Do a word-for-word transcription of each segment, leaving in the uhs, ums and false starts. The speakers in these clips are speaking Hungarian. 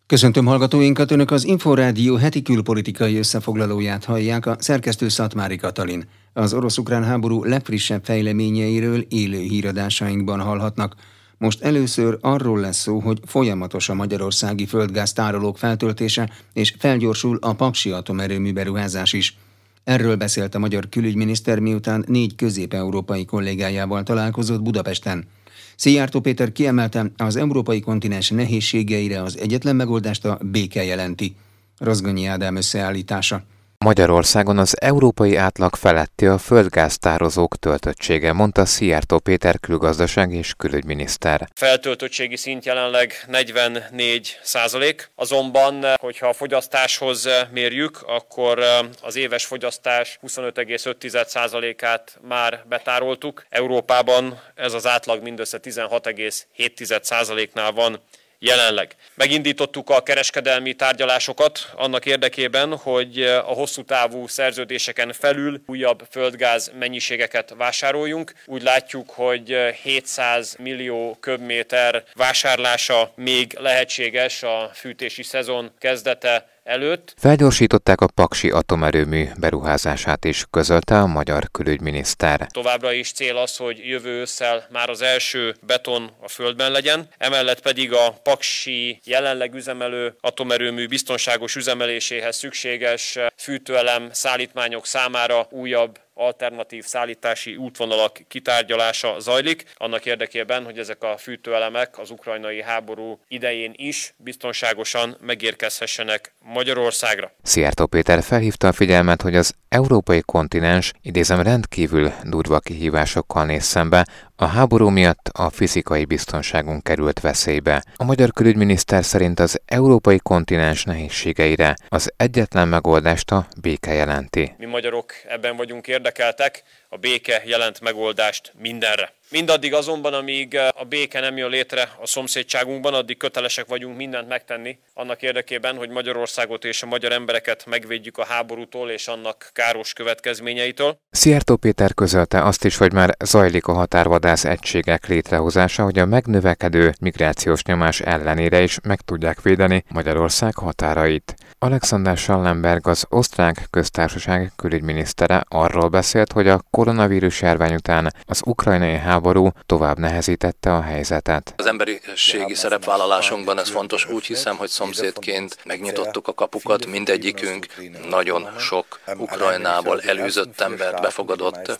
Köszöntöm hallgatóinkat, Önök az Inforádió heti külpolitikai összefoglalóját hallják, a szerkesztő Szatmári Katalin. Az orosz-ukrán háború legfrissebb fejleményeiről élő híradásainkban hallhatnak. Most először arról lesz szó, hogy folyamatos a magyarországi földgáztárolók feltöltése, és felgyorsul a paksi atomerőmű beruházás is. Erről beszélt a magyar külügyminiszter, miután négy közép-európai kollégájával találkozott Budapesten. Szijjártó Péter kiemelte, az európai kontinens nehézségeire az egyetlen megoldást a béke jelenti. Rozgonyi Ádám összeállítása. Magyarországon az európai átlag feletti a földgáztározók töltöttsége, mondta Szijjártó Péter külgazdaság és külügyminiszter. Feltöltöttségi szint jelenleg negyvennégy százalék, azonban, hogyha a fogyasztáshoz mérjük, akkor az éves fogyasztás huszonöt egész öt százalékát már betároltuk. Európában ez az átlag mindössze tizenhat egész hét százaléknál van jelenleg. Megindítottuk a kereskedelmi tárgyalásokat annak érdekében, hogy a hosszú távú szerződéseken felül újabb földgáz mennyiségeket vásároljunk. Úgy látjuk, hogy hétszáz millió köbméter vásárlása még lehetséges a fűtési szezon kezdete előtt. Felgyorsították a paksi atomerőmű beruházását is, közölte a magyar külügyminiszter. Továbbra is cél az, hogy jövő ősszel már az első beton a földben legyen, emellett pedig a paksi jelenleg üzemelő atomerőmű biztonságos üzemeléséhez szükséges fűtőelem szállítmányok számára újabb alternatív szállítási útvonalak kitárgyalása zajlik, annak érdekében, hogy ezek a fűtőelemek az ukrajnai háború idején is biztonságosan megérkezhessenek Magyarországra. Szijjártó Péter felhívta a figyelmet, hogy az európai kontinens idézem rendkívül durva kihívásokkal néz szembe, a háború miatt a fizikai biztonságunk került veszélybe. A magyar külügyminiszter szerint az európai kontinens nehézségeire az egyetlen megoldást a béke jelenti. Mi magyarok ebben vagyunk érdekeltek, a béke jelent megoldást mindenre. Mindaddig azonban, amíg a béke nem jön létre a szomszédságunkban, addig kötelesek vagyunk mindent megtenni annak érdekében, hogy Magyarországot és a magyar embereket megvédjük a háborútól és annak káros következményeitől. Szijjártó Péter közölte azt is, hogy már zajlik a határvadász egységek létrehozása, hogy a megnövekedő migrációs nyomás ellenére is meg tudják védeni Magyarország határait. Alexander Schallenberg, az osztrák köztársaság külügyminisztere arról beszélt, hogy a koronavírus járvány után az ukrajnai háború tovább nehezítette a helyzetet. Az emberiségi szerepvállalásunkban ez fontos. Úgy hiszem, hogy szomszédként megnyitottuk a kapukat, mindegyikünk nagyon sok Ukrajnából elűzött embert befogadott.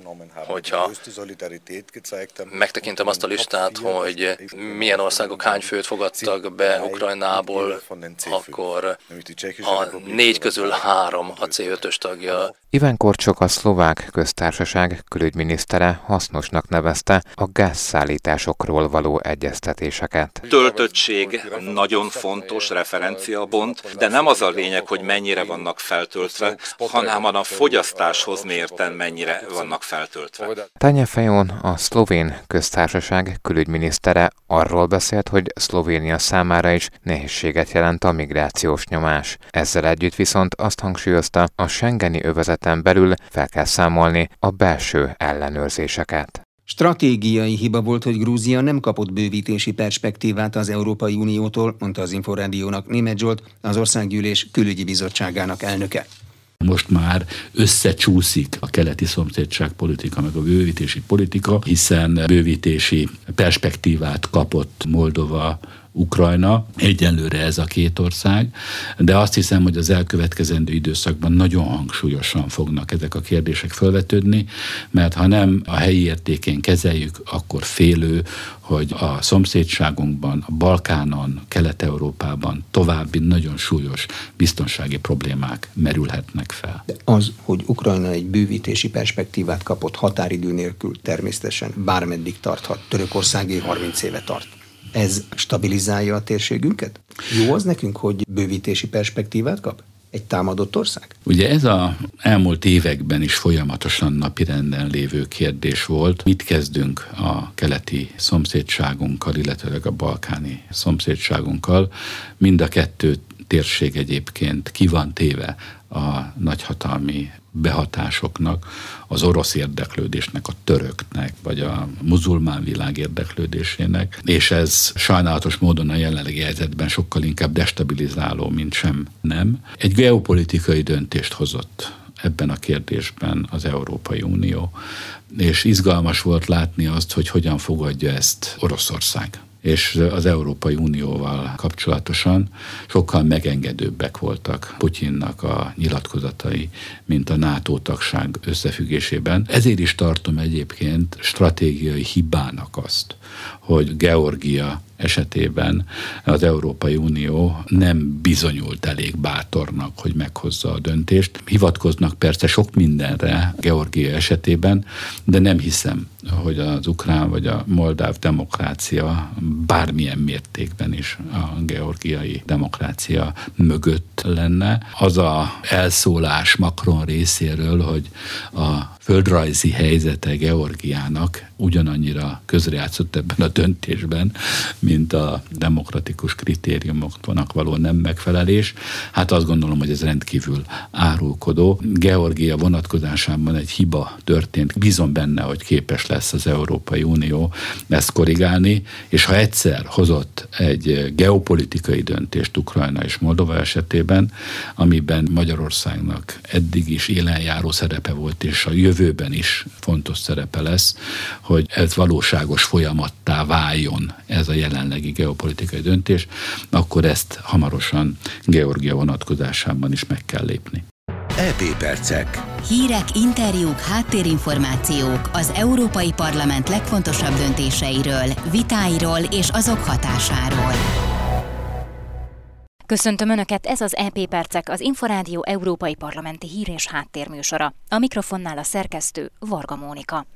Hogyha megtekintem azt a listát, hogy milyen országok hány főt fogadtak be Ukrajnából, akkor a négy közül három a cé ötös tagja. Iván Korcsok, a szlovák köztársaság külügyminisztere hasznosnak nevezte a gázszállításokról való egyeztetéseket. Töltöttség nagyon fontos referenciapont, de nem az a lényeg, hogy mennyire vannak feltöltve, hanem a fogyasztáshoz mérten mennyire vannak feltöltve. Tanja Fajon, a szlovén köztársaság külügyminisztere arról beszélt, hogy Szlovénia számára is nehézséget jelent a migrációs nyomás. Ezzel együtt viszont azt hangsúlyozta, a schengeni övezeten belül fel kell számolni a belső ellenőrzéseket. Stratégiai hiba volt, hogy Grúzia nem kapott bővítési perspektívát az Európai Uniótól, mondta az Inforádiónak Németh Zsolt, az Országgyűlés külügyi bizottságának elnöke. Most már összecsúszik a keleti szomszédság politika meg a bővítési politika, hiszen bővítési perspektívát kapott Moldova, Ukrajna, egyenlőre ez a két ország, de azt hiszem, hogy az elkövetkezendő időszakban nagyon hangsúlyosan fognak ezek a kérdések felvetődni, mert ha nem a helyi értékén kezeljük, akkor félő, hogy a szomszédságunkban, a Balkánon, Kelet-Európában további nagyon súlyos biztonsági problémák merülhetnek fel. De az, hogy Ukrajna egy bővítési perspektívát kapott határidő nélkül, természetesen bármeddig tarthat, Törökországé harminc éve tart. Ez stabilizálja a térségünket? Jó az nekünk, hogy bővítési perspektívát kap egy támadott ország? Ugye ez az elmúlt években is folyamatosan napirenden lévő kérdés volt. Mit kezdünk a keleti szomszédságunkkal, illetve a balkáni szomszédságunkkal? Mind a kettő térség egyébként ki van téve a nagyhatalmi behatásoknak, az orosz érdeklődésnek, a töröknek, vagy a muzulmán világ érdeklődésének, és ez sajnálatos módon a jelenlegi helyzetben sokkal inkább destabilizáló, mint sem nem. Egy geopolitikai döntést hozott ebben a kérdésben az Európai Unió, és izgalmas volt látni azt, hogy hogyan fogadja ezt Oroszország. És az Európai Unióval kapcsolatosan sokkal megengedőbbek voltak Putyinnak a nyilatkozatai, mint a NATO tagság összefüggésében. Ezért is tartom egyébként stratégiai hibának azt, hogy Georgia esetében az Európai Unió nem bizonyult elég bátornak, hogy meghozza a döntést. Hivatkoznak persze sok mindenre Georgia esetében, de nem hiszem, hogy az ukrán vagy a moldáv demokrácia bármilyen mértékben is a georgiai demokrácia mögött lenne. Az a elszólás Macron részéről, hogy a földrajzi helyzete Georgiának ugyanannyira közrejátszott ebben a döntésben, mint a demokratikus kritériumoknak való nem megfelelés. Hát azt gondolom, hogy ez rendkívül árulkodó. Georgia vonatkozásában egy hiba történt. Bízom benne, hogy képes lesz az Európai Unió ezt korrigálni, és ha egyszer hozott egy geopolitikai döntést Ukrajna és Moldova esetében, amiben Magyarországnak eddig is élenjáró szerepe volt, és a jövőben is fontos szerepe lesz, hogy ez valóságos folyamattá váljon ez a jelenlegi geopolitikai döntés, akkor ezt hamarosan Georgia vonatkozásában is meg kell lépni. é pé Percek. Hírek, interjúk, háttérinformációk az Európai Parlament legfontosabb döntéseiről, vitáiról és azok hatásáról. Köszöntöm Önöket, ez az é pé Percek, az Inforádió Európai Parlamenti Hír- és Háttérműsora. A mikrofonnál a szerkesztő Varga Mónika.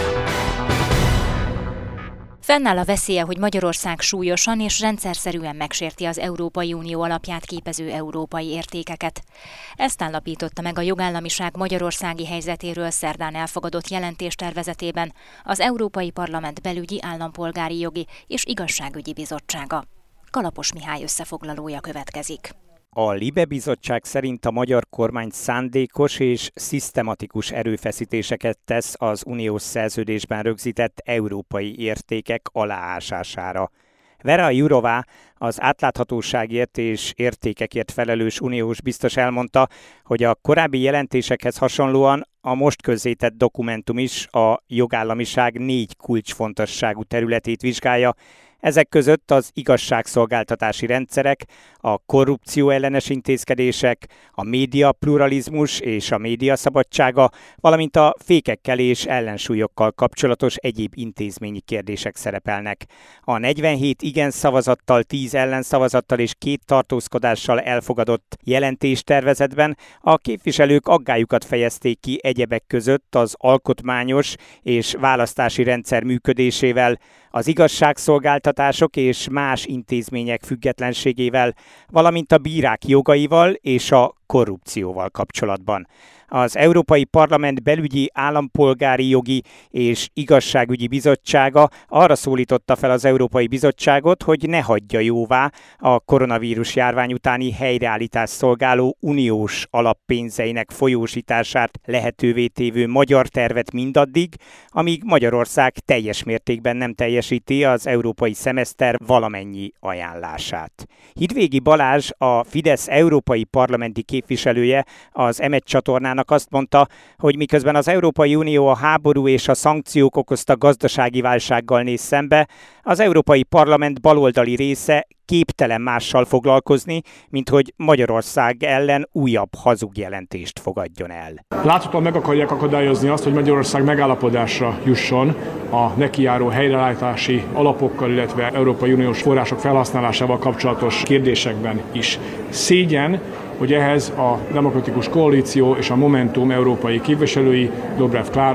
Fennáll a veszélye, hogy Magyarország súlyosan és rendszerszerűen megsérti az Európai Unió alapját képező európai értékeket. Ezt állapította meg a jogállamiság magyarországi helyzetéről szerdán elfogadott jelentéstervezetében az Európai Parlament belügyi, állampolgári jogi és igazságügyi bizottsága. Kalapos Mihály összefoglalója következik. A LIBE bizottság szerint a magyar kormány szándékos és szisztematikus erőfeszítéseket tesz az uniós szerződésben rögzített európai értékek aláásására. Vera Jourová, az átláthatóságért és értékekért felelős uniós biztos elmondta, hogy a korábbi jelentésekhez hasonlóan a most közzétett dokumentum is a jogállamiság négy kulcsfontosságú területét vizsgálja. Ezek között az igazságszolgáltatási rendszerek, a korrupció ellenes intézkedések, a média pluralizmus és a média szabadsága, valamint a fékekkel és ellensúlyokkal kapcsolatos egyéb intézményi kérdések szerepelnek. A negyvenhét igen szavazattal, tíz ellenszavazattal és két tartózkodással elfogadott jelentéstervezetben a képviselők aggályukat fejezték ki egyebek között az alkotmányos és választási rendszer működésével, az igazságszolgáltatások és más intézmények függetlenségével, valamint a bírák jogaival és a korrupcióval kapcsolatban. Az Európai Parlament belügyi, állampolgári jogi és igazságügyi bizottsága arra szólította fel az Európai Bizottságot, hogy ne hagyja jóvá a koronavírus járvány utáni helyreállítást szolgáló uniós alappénzeinek folyósítását lehetővé tévő magyar tervet mindaddig, amíg Magyarország teljes mértékben nem teljesíti az európai szemeszter valamennyi ajánlását. Hidvégi Balázs, a Fidesz európai parlamenti képviselője az em egy csatornának azt mondta, hogy miközben az Európai Unió a háború és a szankciók okozta gazdasági válsággal néz szembe, az Európai Parlament baloldali része képtelen mással foglalkozni, mint hogy Magyarország ellen újabb hazugjelentést fogadjon el. Láthatóan meg akarják akadályozni azt, hogy Magyarország megállapodásra jusson a nekijáró helyreállítási alapokkal, illetve Európai Uniós források felhasználásával kapcsolatos kérdésekben is. Szégyen, hogy ehhez a Demokratikus Koalíció és a Momentum európai képviselői, Dobrev Klára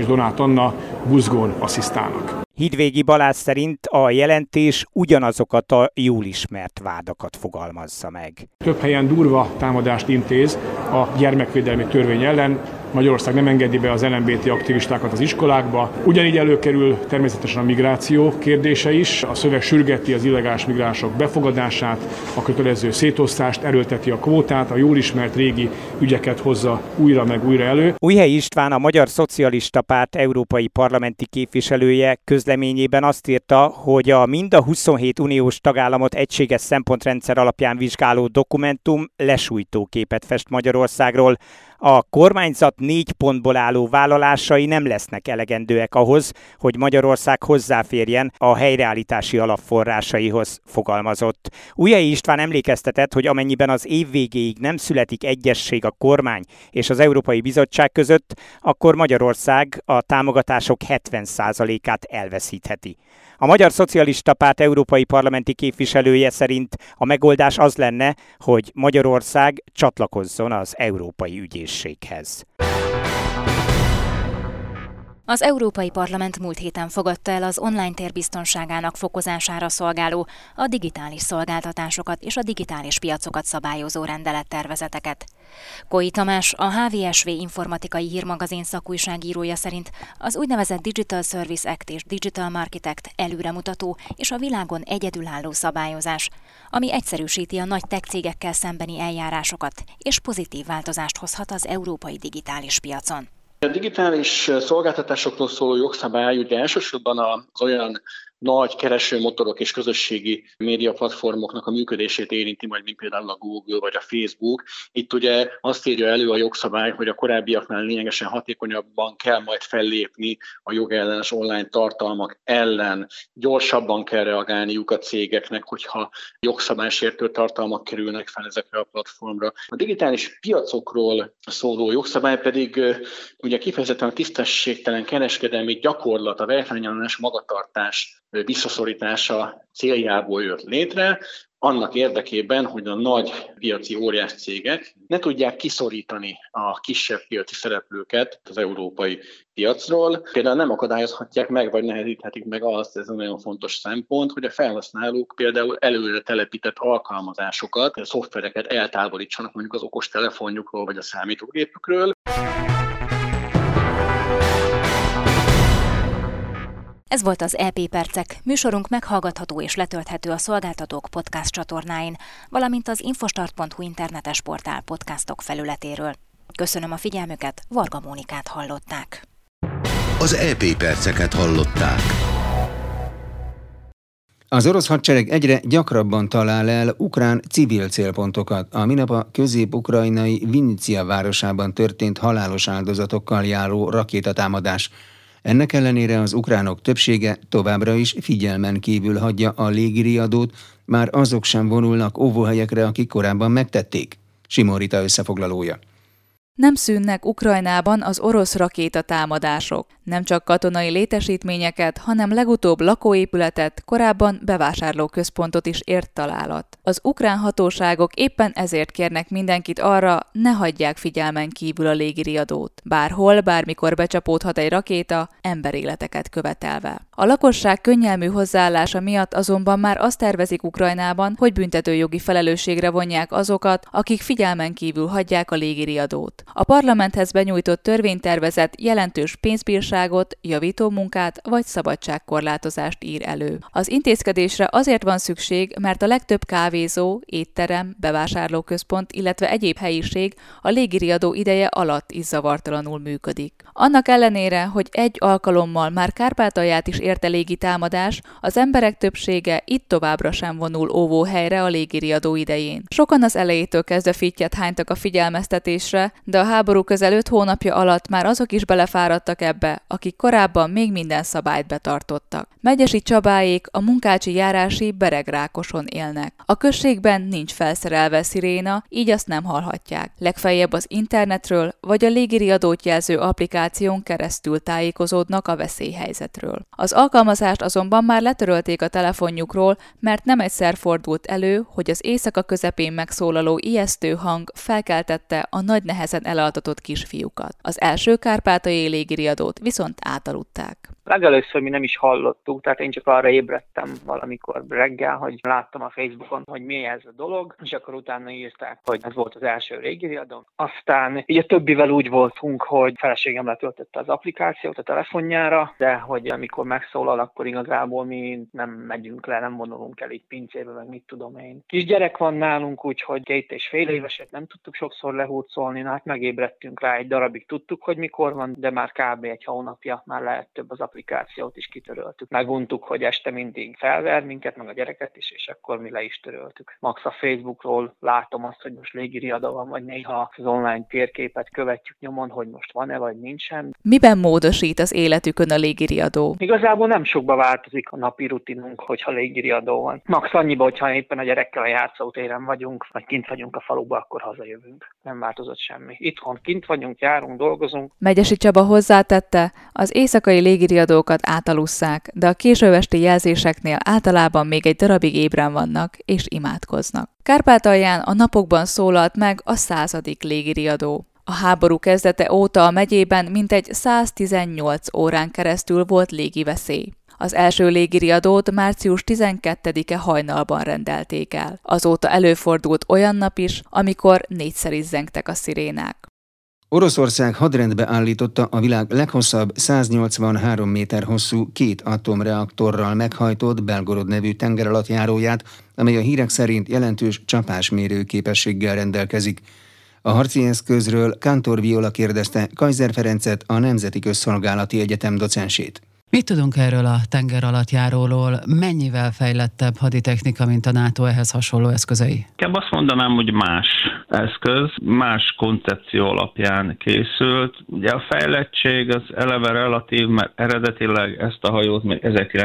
és Donát Anna buzgón asszisztálnak. Hídvégi Balázs szerint a jelentés ugyanazokat a jól ismert vádakat fogalmazza meg. Több helyen durva támadást intéz a gyermekvédelmi törvény ellen. Magyarország nem engedi be az el em bé té aktivistákat az iskolákba. Ugyanígy előkerül természetesen a migráció kérdése is. A szöveg sürgeti az illegális migránsok befogadását, a kötelező szétosztást, erőlteti a kvótát, a jól ismert régi ügyeket hozza újra meg újra elő. Újhelyi István, a Magyar Szocialista Párt európai parlamenti képviselője közleményében azt írta, hogy a mind a huszonhét uniós tagállamot egységes szempontrendszer alapján vizsgáló dokumentum lesújtó képet fest Magyarországról. A kormányzat négy pontból álló vállalásai nem lesznek elegendőek ahhoz, hogy Magyarország hozzáférjen a helyreállítási alap forrásaihoz, fogalmazott. Újhelyi István emlékeztetett, hogy amennyiben az év végéig nem születik egyesség a kormány és az Európai Bizottság között, akkor Magyarország a támogatások hetven százalékát elveszítheti. A Magyar Szocialista Párt európai parlamenti képviselője szerint a megoldás az lenne, hogy Magyarország csatlakozzon az Európai Ügyészséghez. Az Európai Parlament múlt héten fogadta el az online tér biztonságának fokozására szolgáló, a digitális szolgáltatásokat és a digitális piacokat szabályozó rendelettervezeteket. Koi Tamás, a há vé es vé informatikai hírmagazin szakújságírója szerint az úgynevezett Digital Service Act és Digital Market Act előremutató és a világon egyedülálló szabályozás, ami egyszerűsíti a nagy tech cégekkel szembeni eljárásokat és pozitív változást hozhat az európai digitális piacon. A digitális szolgáltatásokról szóló jogszabály ugye elsősorban az olyan nagy keresőmotorok és közösségi médiaplatformoknak a működését érinti majd, mint például a Google vagy a Facebook. Itt ugye azt írja elő a jogszabály, hogy a korábbiaknál lényegesen hatékonyabban kell majd fellépni a jogellenes online tartalmak ellen. Gyorsabban kell reagálniuk a cégeknek, hogyha jogszabálysértő tartalmak kerülnek fel ezekre a platformra. A digitális piacokról szóló jogszabály pedig ugye kifejezetten a tisztességtelen kereskedelmi gyakorlat, a versenyellenes magatartás visszaszorítása céljából jött létre, annak érdekében, hogy a nagy piaci óriás cégek ne tudják kiszorítani a kisebb piaci szereplőket az európai piacról. Például nem akadályozhatják meg, vagy nehezíthetik meg azt, ez egy nagyon fontos szempont, hogy a felhasználók például előre telepített alkalmazásokat, a szoftvereket eltávolítsanak mondjuk az okostelefonjukról vagy a számítógépükről. Ez volt az é pé Percek. Műsorunk meghallgatható és letölthető a szolgáltatók podcast csatornáin, valamint az infostart pont hu internetes portál podcastok felületéről. Köszönöm a figyelmüket, Varga Mónikát hallották. Az é pé Perceket hallották. Az orosz hadsereg egyre gyakrabban talál el ukrán civil célpontokat. A minap a közép-ukrajnai Vinnycia városában történt halálos áldozatokkal járó rakétatámadás. Ennek ellenére az ukránok többsége továbbra is figyelmen kívül hagyja a légiriadót, már azok sem vonulnak óvóhelyekre, akik korábban megtették. Simon Rita összefoglalója. Nem szűnnek Ukrajnában az orosz rakétatámadások. Nem csak katonai létesítményeket, hanem legutóbb lakóépületet, korábban bevásárlóközpontot is ért találat. Az ukrán hatóságok éppen ezért kérnek mindenkit arra, ne hagyják figyelmen kívül a légiriadót. Bárhol, bármikor becsapódhat egy rakéta, emberéleteket követelve. A lakosság könnyelmű hozzáállása miatt azonban már azt tervezik Ukrajnában, hogy büntetőjogi felelősségre vonják azokat, akik figyelmen kívül hagyják a légiriadót. A parlamenthez benyújtott törvénytervezet jelentős pénzbírságot, javító munkát vagy szabadságkorlátozást ír elő. Az intézkedésre azért van szükség, mert a legtöbb kávézó, étterem, bevásárlóközpont, illetve egyéb helyiség a légiriadó ideje alatt is zavartalanul működik. Annak ellenére, hogy egy alkalommal már Kárpátalját is érte légitámadás, az emberek többsége itt továbbra sem vonul óvóhelyre a légiriadó idején. Sokan az elejétől kezdve fittyet hánytak a figyelmeztetésre, de a háború közel öt hónapja alatt már azok is belefáradtak ebbe, akik korábban még minden szabályt betartottak. Megyesi Csabáék a Munkácsi járási Beregrákoson élnek. A községben nincs felszerelve sziréna, így azt nem hallhatják. Legfeljebb az internetről vagy a légiriadót jelző applikáción keresztül tájékozódnak a veszélyhelyzetről. Az alkalmazást azonban már letörölték a telefonjukról, mert nem egyszer fordult elő, hogy az éjszaka közepén megszólaló ijesztő hang felkeltette a nagy nehezen közben elaltatott kisfiúkat. Az első kárpátaljai légiriadót viszont átaludták. Legelőször mi nem is hallottuk, tehát én csak arra ébredtem valamikor reggel, hogy láttam a Facebookon, hogy mi ez a dolog, és akkor utána írták, hogy ez volt az első légiriadó. Aztán így a többivel úgy voltunk, hogy feleségem letöltötte az applikációt a telefonjára, de hogy amikor megszólal, akkor igazából mi nem megyünk le, nem vonulunk el így pincébe, meg mit tudom én. Kisgyerek van nálunk, úgyhogy két és fél éveset nem tudtuk sokszor lehurcolni, hát megébredtünk rá, egy darabig tudtuk, hogy mikor van, de már kb. Egy hónapja már lehet több az applikációt is kitöröltük. Meguntuk, hogy este mindig felver minket, meg a gyereket is, és akkor mi le is töröltük. Max a Facebookról látom azt, hogy most légiriadó van, vagy néha az online térképet követjük nyomon, hogy most van-e, vagy nincsen. Miben módosít az életükön a légiriadó? Igazából nem sokba változik a napi rutinunk, hogyha légiriadó van. Max annyiba, hogyha éppen a gyerekkel a játszótéren vagyunk, vagy kint vagyunk a faluba, akkor hazajövünk. Nem változott semmi. Itthon kint vagyunk, járunk, dolgozunk. Megyesi Csaba hozzátette, az éjszakai légiriadókat átalusszák, de a késő esti jelzéseknél általában még egy darabig ébren vannak és imádkoznak. Kárpátalján a napokban szólalt meg a századik légiriadó. A háború kezdete óta a megyében mintegy száztizennyolc órán keresztül volt légiveszély. Az első légiriadót március tizenkettedike hajnalban rendelték el. Azóta előfordult olyan nap is, amikor négyszer is zengtek a szirénák. Oroszország hadrendbe állította a világ leghosszabb száznyolcvanhárom méter hosszú két atomreaktorral meghajtott Belgorod nevű tengeralattjáróját, amely a hírek szerint jelentős csapásmérő képességgel rendelkezik. A harci eszközről Kántor Viola kérdezte Kaiser Ferencet, a Nemzeti Közszolgálati Egyetem docensét. Mit tudunk erről a tengeralattjáróról? Mennyivel fejlettebb haditechnika, mint a NATO ehhez hasonló eszközei? Inkább azt mondanám, hogy más eszköz, más koncepció alapján készült. Ugye a fejlettség az eleve relatív, mert eredetileg ezt a hajót még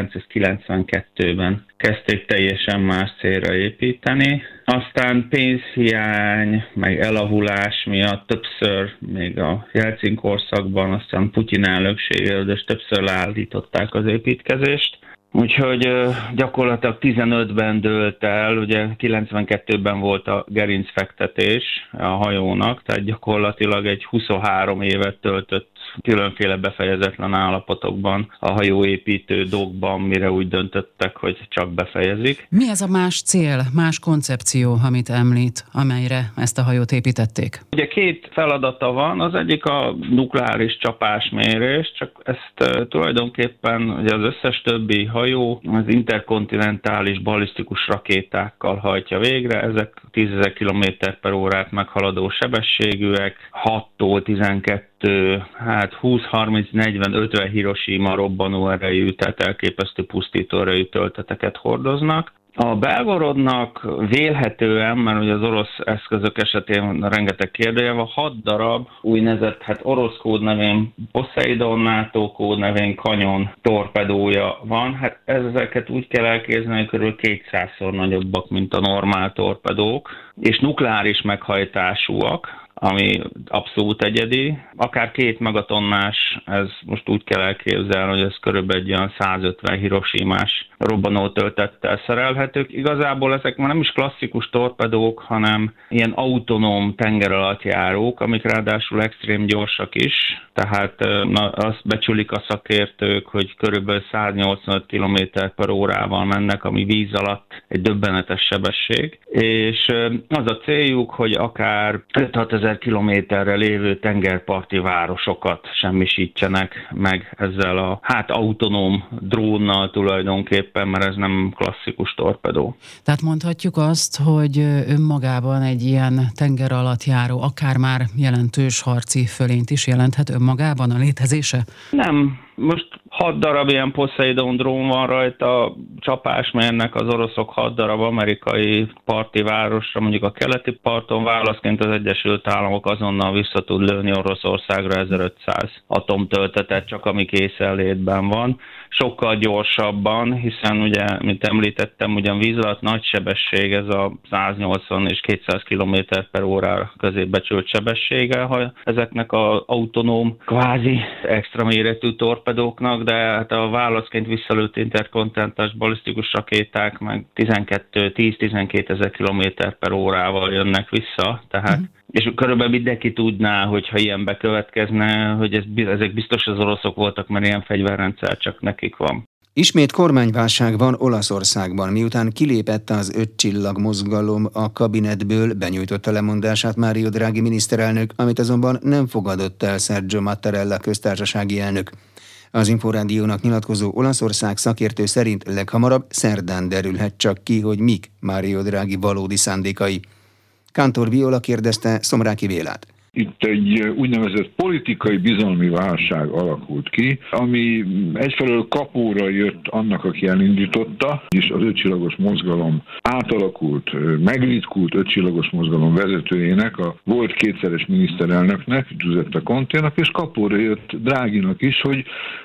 ezerkilencszázkilencvenkettőben kezdték teljesen más célra építeni. Aztán pénzhiány, meg elavulás miatt többször, még a Jelcin korszakban, aztán Putyin elnökségével, és többször leállították az építkezést. Úgyhogy gyakorlatilag tizenötben dőlt el, ugye kilencvenkettőben volt a gerincfektetés a hajónak, tehát gyakorlatilag egy huszonhárom évet töltött különféle befejezetlen állapotokban a hajóépítő dokban, mire úgy döntöttek, hogy csak befejezik. Mi ez a más cél, más koncepció, amit említ, amelyre ezt a hajót építették? Ugye két feladata van, az egyik a nukleáris csapásmérés, csak ezt uh, tulajdonképpen ugye az összes többi hajó az interkontinentális ballisztikus rakétákkal hajtja végre, ezek tízezer kilométer per órát meghaladó sebességűek, hattól tizenkettő, hát húsz, harminc, negyven, ötven Hiroshima robbanó erejű, tehát elképesztő pusztító erejű tölteteket hordoznak. A Belgorodnak vélhetően, mert ugye az orosz eszközök esetén rengeteg kérdője van, hat darab úgynevezett, hát orosz kódnevén Poseidon, NATO kódnevén Canyon torpedója van. Hát ezeket úgy kell elképzelni, hogy kb. kétszázszor nagyobbak, mint a normál torpedók, és nukleáris meghajtásúak, ami abszolút egyedi. Akár két megatonnás, ez most úgy kell elképzelni, hogy ez körülbelül egy olyan százötven Hiroshimás robbanótöltettel szerelhetők. Igazából ezek már nem is klasszikus torpedók, hanem ilyen autonóm tengeralattjárók, amik ráadásul extrém gyorsak is. Tehát na, azt becsülik a szakértők, hogy körülbelül száznyolcvanöt kilométer per órával mennek, ami víz alatt egy döbbenetes sebesség. És az a céljuk, hogy akár öt-hat ezer kilométerre lévő tengerparti városokat semmisítsenek meg ezzel a hát autonóm drónnal tulajdonképpen, mert ez nem klasszikus torpedó. Tehát mondhatjuk azt, hogy önmagában egy ilyen tengeralattjáró akár már jelentős harci fölényt is jelenthet önmagában a létezése? Nem. Most hat darab ilyen Poseidon drón van rajta, csapásmérnek az oroszok hat darab amerikai parti városra, mondjuk a keleti parton, válaszként az Egyesült Államok azonnal vissza tud lőni Oroszországra ezerötszáz atomtöltetet, csak ami készenlétben van. Sokkal gyorsabban, hiszen ugye, mint említettem, ugyan víz alatt nagy sebesség, ez a száznyolcvan és kétszáz kilométer per órára középbecsült sebessége, ha ezeknek az autonóm, kvázi extra méretű torpedóknak, de hát a válaszként visszalőtt interkontinentális balisztikus rakéták meg tizenkettő tíz-tizenkét ezer kilométer per órával jönnek vissza, tehát uh-huh. És körülbelül mindenki tudná, hogyha ilyen bekövetkezne, hogy ez, ezek biztos az oroszok voltak, mert ilyen fegyverrendszer csak nekik van. Ismét kormányválság van Olaszországban, miután kilépett az öt csillag mozgalom a kabinetből, benyújtotta lemondását Mario Draghi miniszterelnök, amit azonban nem fogadott el Sergio Mattarella köztársasági elnök. Az Inforádiónak nyilatkozó Olaszország szakértő szerint leghamarabb szerdán derülhet csak ki, hogy mik Mario Draghi valódi szándékai. Kántor Viola kérdezte Szomráki Bélát. Itt egy úgynevezett politikai bizalmi válság alakult ki, ami egyfelől kapóra jött annak, aki elindította, és az ötcsillagos mozgalom átalakult, megritkult ötcsillagos mozgalom vezetőjének, a volt kétszeres miniszterelnöknek, Giuseppe Conténak, és kapóra jött Draghinak is, hogy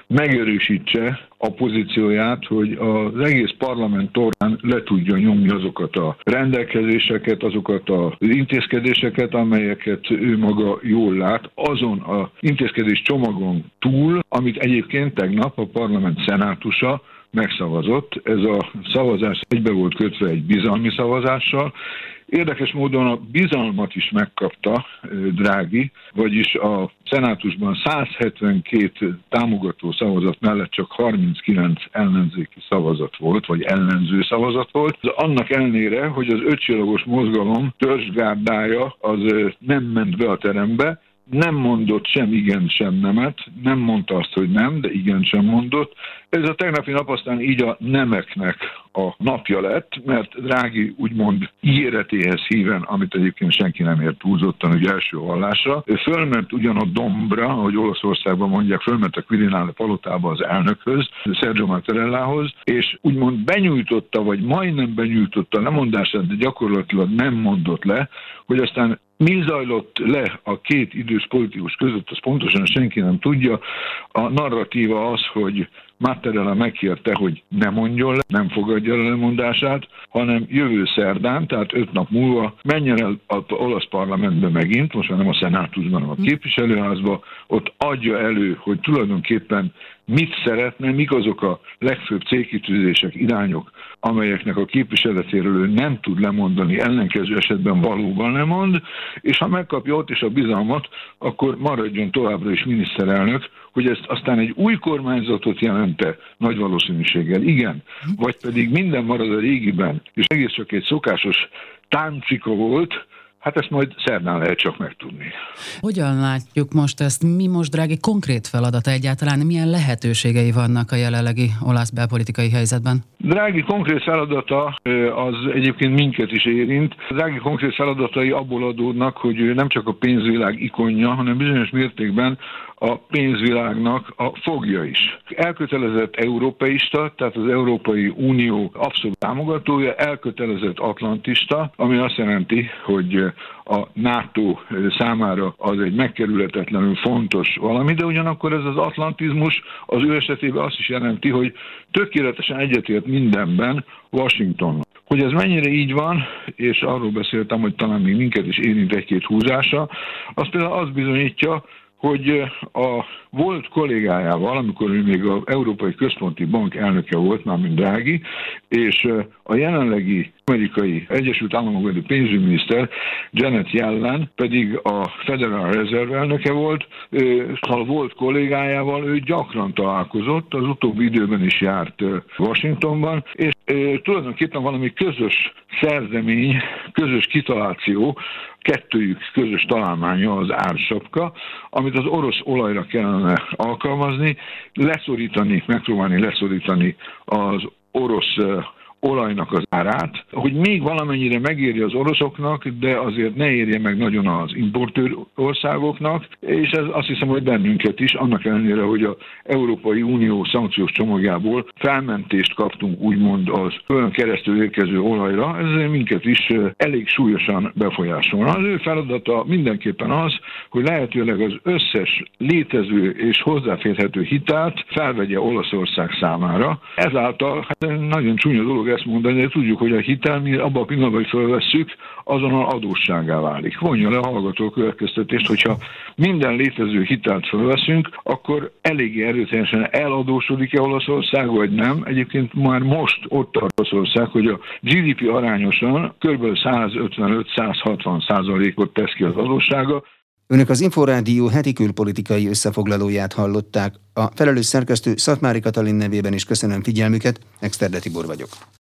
megerősítse a pozícióját, hogy az egész parlament torán le tudja nyomni azokat a rendelkezéseket, azokat az intézkedéseket, amelyeket ő maga jól lát, azon az intézkedés csomagon túl, amit egyébként tegnap a parlament szenátusa megszavazott. Ez a szavazás egybe volt kötve egy bizalmi szavazással. Érdekes módon a bizalmat is megkapta Draghi, vagyis a szenátusban száz hetvenkét támogató szavazat mellett csak harminckilenc ellenzéki szavazat volt, vagy ellenző szavazat volt. Annak ellenére, hogy az ötcsillagos mozgalom törzsgárdája az nem ment be a terembe, nem mondott sem igen, sem nemet, nem mondta azt, hogy nem, de igen sem mondott. Ez a tegnapi nap aztán így a nemeknek a napja lett, mert Draghi úgymond ígéretéhez híven, amit egyébként senki nem ért túlzottan, hogy első hallásra, fölment ugyan a dombra, ahogy Olaszországban mondják, fölment a Quirinale palotába az elnökhöz, Sergio Mattarellához, és úgymond benyújtotta, vagy majdnem benyújtotta a lemondását, de gyakorlatilag nem mondott le, hogy aztán mi zajlott le a két idős politikus között, az pontosan senki nem tudja. A narratíva az, hogy Mattarella megkérte, hogy ne mondjon le, nem fogadja a lemondását, hanem jövő szerdán, tehát öt nap múlva menjen el az olasz parlamentbe megint, most már nem a szenátusban, hanem a képviselőházba, ott adja elő, hogy tulajdonképpen mit szeretne, mik azok a legfőbb célkitűzések, irányok, amelyeknek a képviseletéről ő nem tud lemondani, ellenkező esetben valóban lemond, és ha megkapja ott is a bizalmat, akkor maradjon továbbra is miniszterelnök, hogy ezt aztán egy új kormányzatot jelente nagy valószínűséggel, igen, vagy pedig minden marad a régiben, és egész csak egy szokásos táncika volt, hát ezt majd szerdán lehet csak megtudni. Hogyan látjuk most ezt? Mi most Draghi konkrét feladata egyáltalán? Milyen lehetőségei vannak a jelenlegi olasz belpolitikai helyzetben? Draghi konkrét feladata az egyébként minket is érint. Draghi konkrét feladatai abból adódnak, hogy ő nem csak a pénzvilág ikonja, hanem bizonyos mértékben a pénzvilágnak a fogja is. Elkötelezett európeista, tehát az Európai Unió abszolút támogatója, elkötelezett atlantista, ami azt jelenti, hogy a NATO számára az egy megkerülhetetlenül fontos valami, de ugyanakkor ez az atlantizmus az ő esetében azt is jelenti, hogy tökéletesen egyetért mindenben Washington. Hogy ez mennyire így van, és arról beszéltem, hogy talán még minket is érint egy-két húzása, az például azt bizonyítja, hogy a volt kollégájával, amikor ő még az Európai Központi Bank elnöke volt, már mint Draghi, és a jelenlegi amerikai Egyesült Államokbeli pénzügyminiszter Janet Yellen pedig a Federal Reserve elnöke volt, a volt kollégájával ő gyakran találkozott, az utóbbi időben is járt Washingtonban, és tulajdonképpen valami közös szerzemény, közös kitaláció, kettőjük közös találmánya az ársapka, amit az orosz olajra kellene alkalmazni, leszorítani, megpróbálni leszorítani az orosz olajnak az árát, hogy még valamennyire megéri az oroszoknak, de azért ne érje meg nagyon az importőr országoknak, és ez azt hiszem, hogy bennünket is, annak ellenére, hogy az Európai Unió szankciós csomagjából felmentést kaptunk úgymond az olyan keresztül érkező olajra, ez minket is elég súlyosan befolyásolna. Az ő feladata mindenképpen az, hogy lehetőleg az összes létező és hozzáférhető hitelt felvegye Olaszország számára. Ezáltal hát nagyon csúnya dolog ezt mondani, de tudjuk, hogy a hitel, mi abban a pillanatban, hogy felvesszük, azonnal adósságá válik. Vonja le a hallgató következtetést, hogyha minden létező hitelt felveszünk, akkor eléggé erőteljesen eladósodik-e Olaszország, vagy nem. Egyébként már most ott tart Olaszország, hogy a gé dé pé arányosan kb. százötvenöt-százhatvan százalékot tesz ki az adóssága. Önök az Inforádió heti külpolitikai összefoglalóját hallották. A felelős szerkesztő Szatmári Katalin nevében is köszönöm figyelmüket, Exterde Tibor vagyok.